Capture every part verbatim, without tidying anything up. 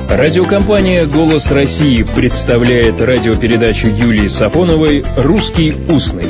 Радиокомпания «Голос России» представляет радиопередачу Юлии Сафоновой «Русский устный».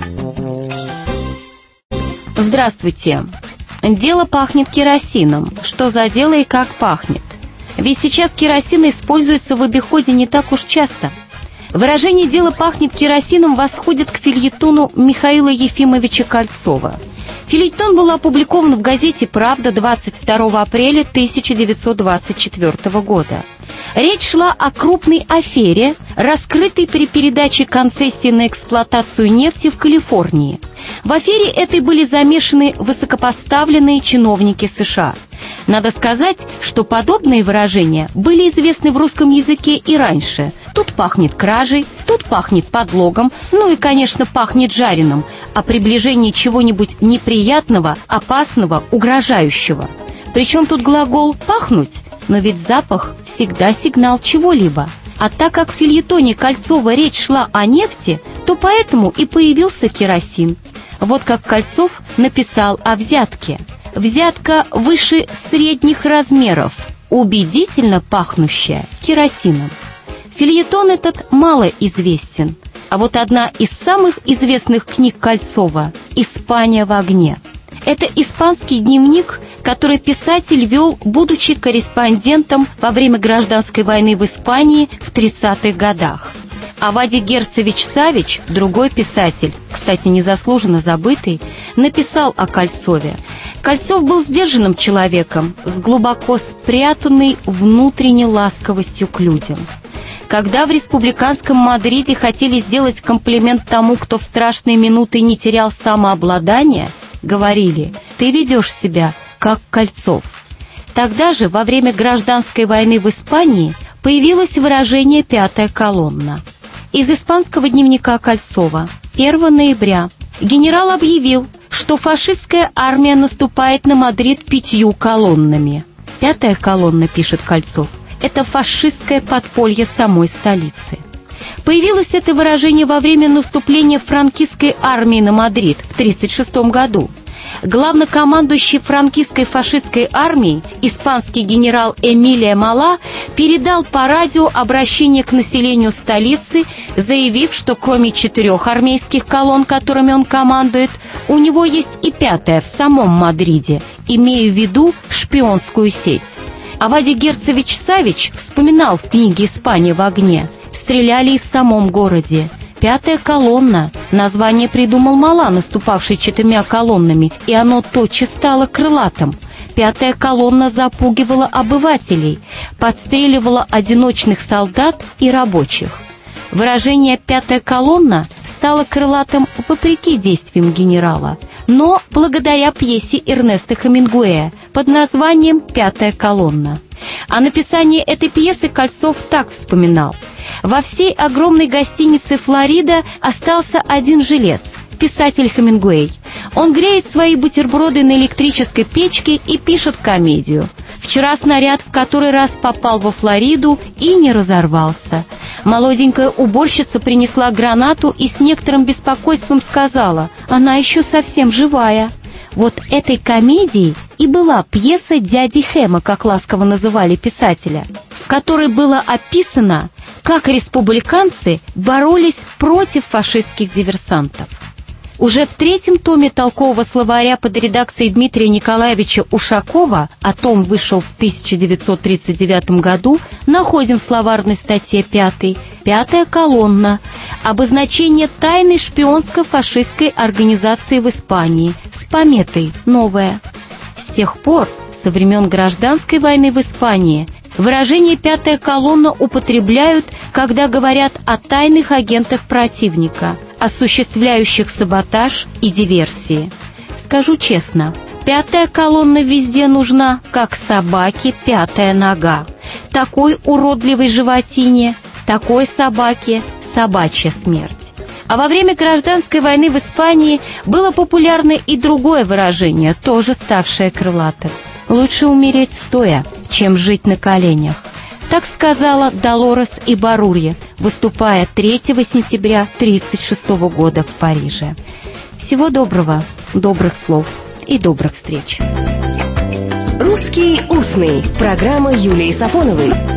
Здравствуйте. Дело пахнет керосином. Что за дело и как пахнет? Ведь сейчас керосин используется в обиходе не так уж часто. Выражение «дело пахнет керосином» восходит к фельетону Михаила Ефимовича Кольцова. Фельетон был опубликован в газете «Правда» двадцать второго апреля тысяча девятьсот двадцать четвёртого года. Речь шла о крупной афере, раскрытой при передаче концессии на эксплуатацию нефти в Калифорнии. В афере этой были замешаны высокопоставленные чиновники США. Надо сказать, что подобные выражения были известны в русском языке и раньше. Тут пахнет кражей, тут пахнет подлогом, ну и, конечно, пахнет жареным, о приближении чего-нибудь неприятного, опасного, угрожающего. Причем тут глагол «пахнуть», но ведь запах всегда сигнал чего-либо. А так как в фельетоне Кольцова речь шла о нефти, то поэтому и появился керосин. Вот как Кольцов написал о взятке. «Взятка выше средних размеров, убедительно пахнущая керосином». Фельетон этот мало известен, а вот одна из самых известных книг Кольцова «Испания в огне». Это испанский дневник, который писатель вел, будучи корреспондентом во время гражданской войны в Испании в тридцатых годах. Авадий Герцевич Савич, другой писатель, кстати, незаслуженно забытый, написал о Кольцове. Кольцов был сдержанным человеком, с глубоко спрятанной внутренней ласковостью к людям. Когда в республиканском Мадриде хотели сделать комплимент тому, кто в страшные минуты не терял самообладания, говорили: «Ты ведешь себя, как Кольцов». Тогда же, во время гражданской войны в Испании, появилось выражение «пятая колонна». Из испанского дневника Кольцова. первого ноября. Генерал объявил, что фашистская армия наступает на Мадрид пятью колоннами. «Пятая колонна», пишет Кольцов, это фашистское подполье самой столицы. Появилось это выражение во время наступления франкистской армии на Мадрид в тридцать шестом году. Главнокомандующий франкистской фашистской армией, испанский генерал Эмилио Мола, передал по радио обращение к населению столицы, заявив, что кроме четырех армейских колонн, которыми он командует, у него есть и пятая в самом Мадриде, имея в виду шпионскую сеть. Авадий Герцевич Савич вспоминал в книге «Испания в огне», стреляли и в самом городе. «Пятая колонна» — название придумал Мола, наступавший четырьмя колоннами, и оно тотчас стало крылатым. «Пятая колонна» запугивала обывателей, подстреливала одиночных солдат и рабочих. Выражение «пятая колонна» стало крылатым вопреки действиям генерала, но благодаря пьесе Эрнеста Хемингуэя под названием «Пятая колонна». О написании этой пьесы Кольцов так вспоминал: «Во всей огромной гостинице «Флорида» остался один жилец, писатель Хемингуэй. Он греет свои бутерброды на электрической печке и пишет комедию. Вчера снаряд в который раз попал во Флориду и не разорвался. Молоденькая уборщица принесла гранату и с некоторым беспокойством сказала: она еще совсем живая». Вот этой комедией и была пьеса «Дяди Хэма», как ласково называли писателя, в которой было описано, как республиканцы боролись против фашистских диверсантов. Уже в третьем томе толкового словаря под редакцией Дмитрия Николаевича Ушакова, а том вышел в тысяча девятьсот тридцать девятом году, находим в словарной статье пятой «Пятая колонна» — обозначение тайной шпионско-фашистской организации в Испании с пометой «Новая». С тех пор, со времен гражданской войны в Испании, выражение «пятая колонна» употребляют, когда говорят о тайных агентах противника, осуществляющих саботаж и диверсии. Скажу честно, пятая колонна везде нужна, как собаке пятая нога. Такой уродливой животине, такой собаке собачья смерть. А во время гражданской войны в Испании было популярно и другое выражение, тоже ставшее крылатым: «Лучше умереть стоя, чем жить на коленях». Так сказала Долорес Ибаррурье, выступая третьего сентября тысяча девятьсот тридцать шестого года в Париже. Всего доброго, добрых слов и добрых встреч. «Русский устный». Программа Юлии Сафоновой.